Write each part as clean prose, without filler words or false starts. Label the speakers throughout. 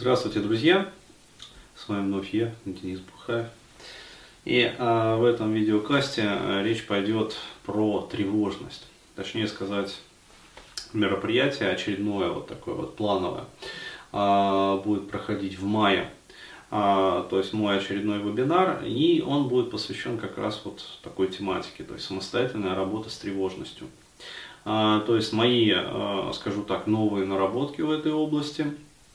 Speaker 1: Здравствуйте, друзья! С вами вновь я, Денис Бурхаев. И в этом видеокасте речь пойдет про тревожность. Точнее сказать, мероприятие очередное, вот такое вот плановое, будет проходить в мае. То есть мой очередной вебинар, и он будет посвящен как раз вот такой тематике, то есть самостоятельная работа с тревожностью. То есть мои, скажу так, новые наработки в этой области.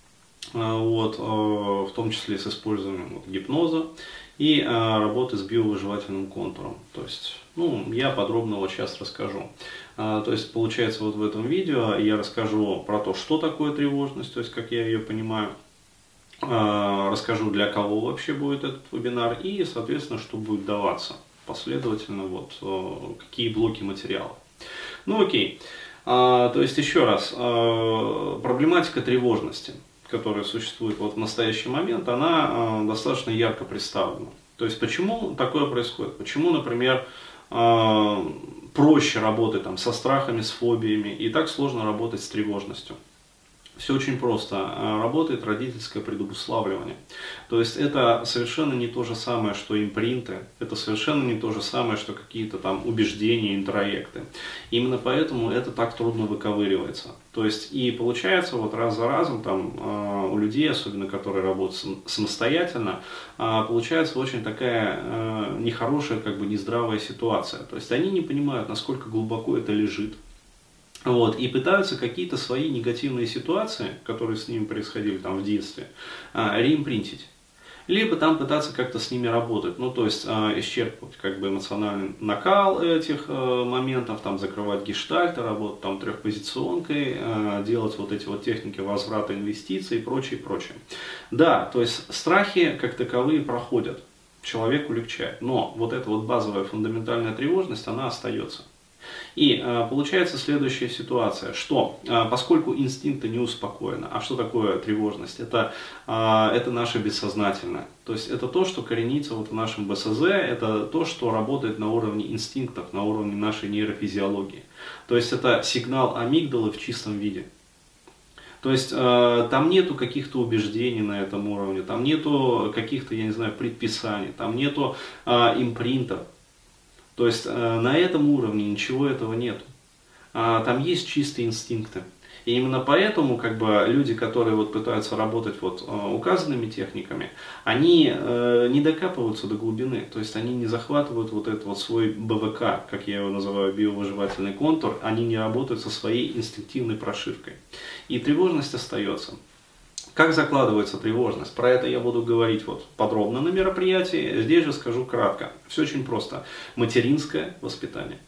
Speaker 1: В том числе с использованием гипноза и работы с биовыживательным контуром. То есть, я подробно вот сейчас расскажу. То есть, получается, вот в этом видео я расскажу про то, что такое тревожность, то есть, как я ее понимаю, расскажу, для кого вообще будет этот вебинар и, соответственно, что будет даваться последовательно, какие блоки материала. Окей. То есть, еще раз, проблематика тревожности, которая существует в настоящий момент, она достаточно ярко представлена. То есть, почему такое происходит? Почему, например, проще работать со страхами, с фобиями, и так сложно работать с тревожностью? Все очень просто. Работает родительское предуславливание. То есть это совершенно не то же самое, что импринты, это совершенно не то же самое, что какие-то убеждения, интроекты. Именно поэтому это так трудно выковыривается. То есть и получается раз за разом у людей, особенно которые работают самостоятельно, получается очень такая нехорошая, нездравая ситуация. То есть они не понимают, насколько глубоко это лежит. И пытаются какие-то свои негативные ситуации, которые с ними происходили в детстве, реимпринтить. Либо пытаться как-то с ними работать, то есть исчерпывать эмоциональный накал этих моментов, закрывать гештальты, работать трехпозиционкой, делать эти техники возврата инвестиций и прочее, прочее. Да, то есть страхи как таковые проходят, человеку легчает, но эта базовая фундаментальная тревожность, она остается. И получается следующая ситуация, что поскольку инстинкты не успокоены, а что такое тревожность? Это наше бессознательное. То есть это то, что коренится в нашем БСЗ, это то, что работает на уровне инстинктов, на уровне нашей нейрофизиологии. То есть это сигнал амигдалы в чистом виде. То есть там нету каких-то убеждений на этом уровне, там нету каких-то, предписаний, там нету импринтов. То есть на этом уровне ничего этого нет. Там есть чистые инстинкты. И именно поэтому люди, которые пытаются работать указанными техниками, они не докапываются до глубины. То есть они не захватывают этот свой БВК, как я его называю, биовыживательный контур, они не работают со своей инстинктивной прошивкой. И тревожность остается. Как закладывается тревожность? Про это я буду говорить подробно на мероприятии. Здесь же скажу кратко. Все очень просто. Материнское воспитание.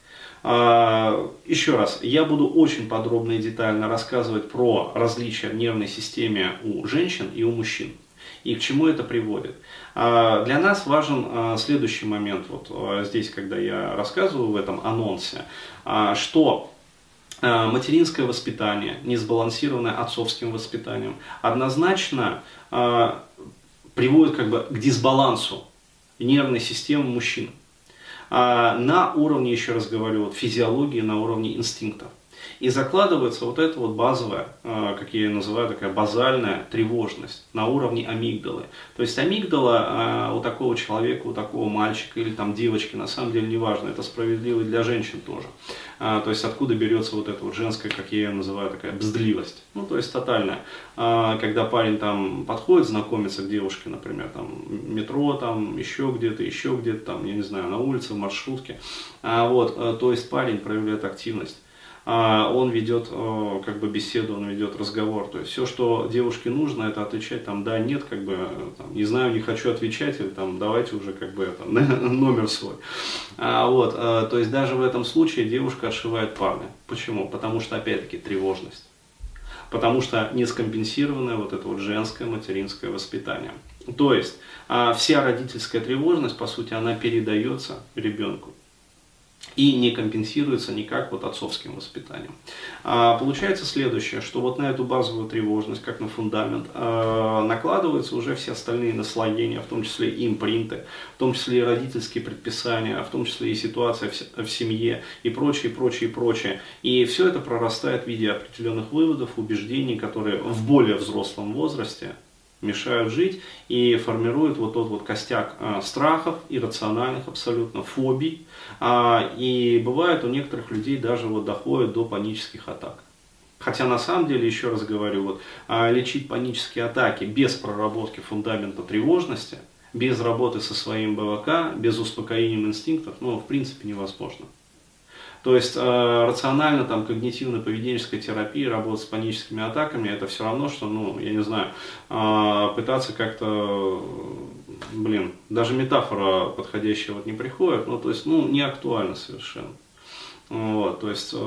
Speaker 1: Еще раз, я буду очень подробно и детально рассказывать про различия в нервной системе у женщин и у мужчин. И к чему это приводит. Для нас важен следующий момент. Здесь, когда я рассказываю в этом анонсе, что материнское воспитание, не сбалансированное отцовским воспитанием, однозначно приводит к дисбалансу нервной системы мужчин. На уровне, еще раз говорю, физиологии, на уровне инстинктов. И закладывается эта базовая, как я ее называю, такая базальная тревожность на уровне амигдалы. То есть амигдала у такого человека, у такого мальчика или девочки, на самом деле не важно, это справедливо и для женщин тоже. То есть откуда берется эта женская, как я ее называю, такая бздливость. То есть тотальная. Когда парень подходит, знакомится к девушке, например, метро, еще где-то, я не знаю, на улице, в маршрутке. То есть парень проявляет активность. Он ведет беседу, он ведет разговор. То есть все, что девушке нужно, это отвечать да, нет, не знаю, не хочу отвечать, или давайте уже номер свой. То есть даже в этом случае девушка отшивает парня. Почему? Потому что опять-таки тревожность. Потому что не скомпенсированное это женское материнское воспитание. То есть вся родительская тревожность, по сути, она передается ребенку. и не компенсируется никак вот отцовским воспитанием. Получается следующее, что вот на эту базовую тревожность, как на фундамент, накладываются уже все остальные наслоения, в том числе и импринты, в том числе и родительские предписания, в том числе и ситуация в семье и прочее, прочее, прочее. И все это прорастает в виде определенных выводов, убеждений, которые в более взрослом возрасте мешают жить и формируют вот тот вот костяк страхов, иррациональных абсолютно, фобий. И бывает у некоторых людей даже вот доходит до панических атак. Хотя на самом деле, еще раз говорю, вот, лечить панические атаки без проработки фундамента тревожности, без работы со своим БВК, без успокоения инстинктов, ну, в принципе, невозможно. То есть рационально там когнитивно-поведенческая терапия, работа с паническими атаками, это все равно, что, ну, я не знаю, пытаться как-то, даже метафора подходящая вот не приходит, ну, то есть, ну, не актуально совершенно. Вот, то есть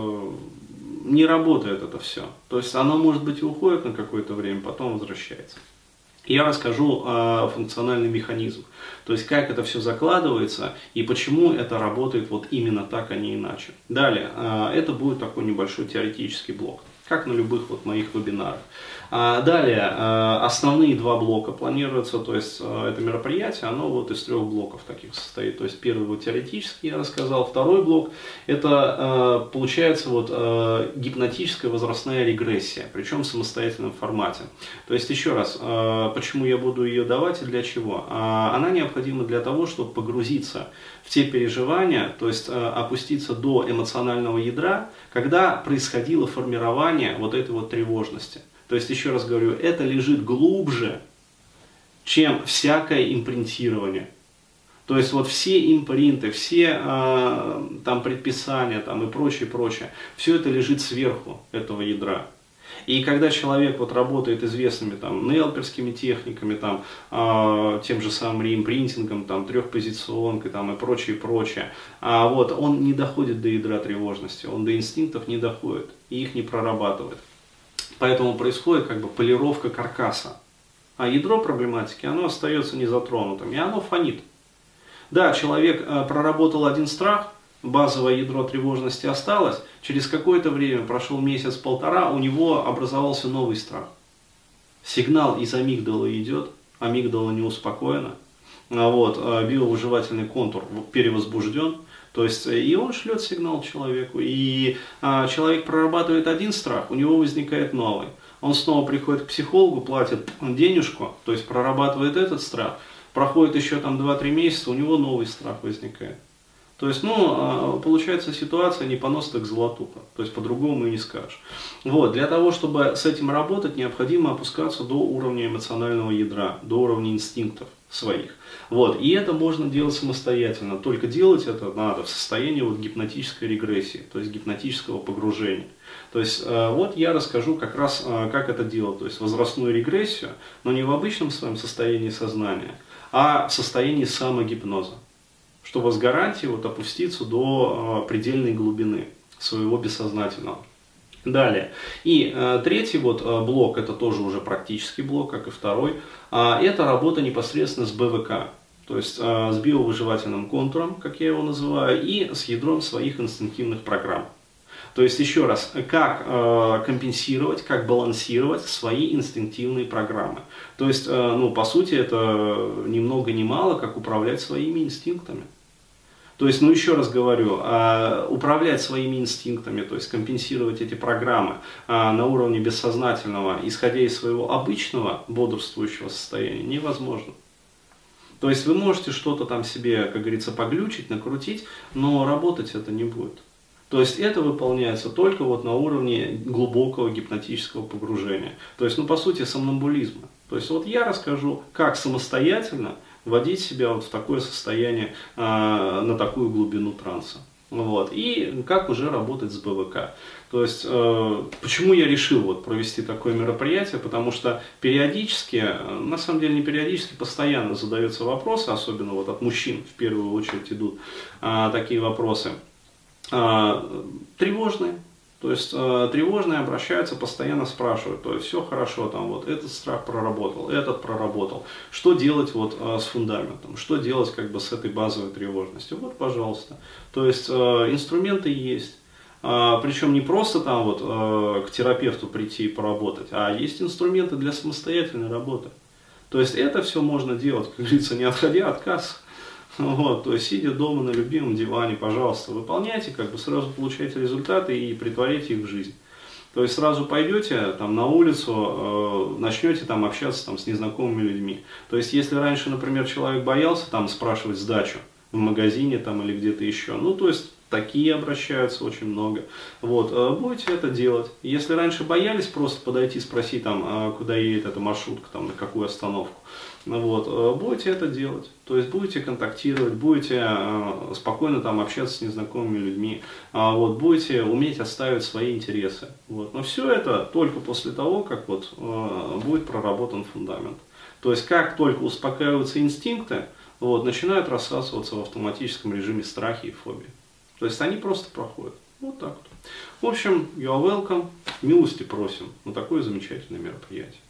Speaker 1: не работает это все. То есть оно, может быть, и уходит на какое-то время, потом возвращается. Я расскажу функциональный механизм, то есть как это все закладывается и почему это работает вот именно так, а не иначе. Далее, это будет такой небольшой теоретический блок, как на любых вот моих вебинарах. Далее, основные два блока планируются, то есть это мероприятие, оно вот из 3 блоков таких состоит. То есть первый вот теоретический я рассказал, второй блок это получается вот гипнотическая возрастная регрессия, причем в самостоятельном формате. То есть еще раз, почему я буду ее давать и для чего? Она необходима для того, чтобы погрузиться в те переживания, то есть опуститься до эмоционального ядра, когда происходило формирование вот этой вот тревожности. То есть, еще раз говорю, это лежит глубже, чем всякое импринтирование. То есть, вот все импринты, все там предписания там, и прочее, прочее, все это лежит сверху этого ядра. И когда человек вот работает известными там нелперскими техниками, там, тем же самым реимпринтингом, там, трехпозиционкой там, и прочее, прочее, вот, он не доходит до ядра тревожности, он до инстинктов не доходит и их не прорабатывает. Поэтому происходит как бы полировка каркаса. А ядро проблематики, оно остается незатронутым, и оно фонит. Да, человек проработал один страх, базовое ядро тревожности осталось, через какое-то время, прошел месяц-полтора, у него образовался новый страх. Сигнал из амигдалы идет, амигдала не успокоена, вот, биовыживательный контур перевозбужден. То есть и он шлет сигнал человеку, и человек прорабатывает один страх, у него возникает новый. Он снова приходит к психологу, платит денежку, то есть прорабатывает этот страх, проходит еще там 2-3 месяца, у него новый страх возникает. То есть, ну, получается ситуация не понос, так золотуха. То есть, по-другому и не скажешь. Вот, для того, чтобы с этим работать, необходимо опускаться до уровня эмоционального ядра, до уровня инстинктов своих. Вот, и это можно делать самостоятельно. Только делать это надо в состоянии вот гипнотической регрессии, то есть гипнотического погружения. То есть, вот я расскажу как раз, как это делать. То есть, возрастную регрессию, но не в обычном своем состоянии сознания, а в состоянии самогипноза, чтобы с гарантией вот опуститься до предельной глубины своего бессознательного. Далее. И третий вот блок, это тоже уже практический блок, как и второй, это работа непосредственно с БВК, то есть с биовыживательным контуром, как я его называю, и с ядром своих инстинктивных программ. То есть, еще раз, как компенсировать, как балансировать свои инстинктивные программы. То есть, ну, по сути, это ни много ни мало, как управлять своими инстинктами. То есть, ну, еще раз говорю, управлять своими инстинктами, то есть компенсировать эти программы на уровне бессознательного, исходя из своего обычного бодрствующего состояния, невозможно. То есть, вы можете что-то там себе, как говорится, поглючить, накрутить, но работать это не будет. То есть это выполняется только вот на уровне глубокого гипнотического погружения. То есть, ну, по сути, сомнамбулизма. То есть вот я расскажу, как самостоятельно вводить себя вот в такое состояние, на такую глубину транса. Вот. И как уже работать с БВК. То есть, почему я решил вот провести такое мероприятие, потому что периодически, на самом деле не периодически, постоянно задаются вопросы, особенно вот от мужчин в первую очередь идут такие вопросы. Тревожные, То есть тревожные обращаются, постоянно спрашивают, то есть все хорошо, там вот этот страх проработал, этот проработал. Что делать вот с фундаментом, что делать как бы с этой базовой тревожностью? Вот, пожалуйста. То есть инструменты есть. Причем не просто там вот к терапевту прийти и поработать, а есть инструменты для самостоятельной работы. То есть это все можно делать, как говорится, не отходя от кассы. Вот, то есть, сидя дома на любимом диване, пожалуйста, выполняйте, как бы сразу получаете результаты и притворите их в жизнь. То есть сразу пойдете там на улицу, начнете там общаться там с незнакомыми людьми. То есть если раньше, например, человек боялся там спрашивать сдачу в магазине там или где-то еще, ну то есть такие обращаются очень много. Вот, будете это делать. Если раньше боялись просто подойти, спросить там, куда едет эта маршрутка, там, на какую остановку, вот, будете это делать. То есть будете контактировать, будете спокойно там общаться с незнакомыми людьми, вот, будете уметь отстаивать свои интересы. Вот. Но все это только после того, как вот, будет проработан фундамент. То есть как только успокаиваются инстинкты, вот, начинают рассасываться в автоматическом режиме страхи и фобии. То есть они просто проходят. Вот так вот. В общем, you are welcome. Милости просим на такое замечательное мероприятие.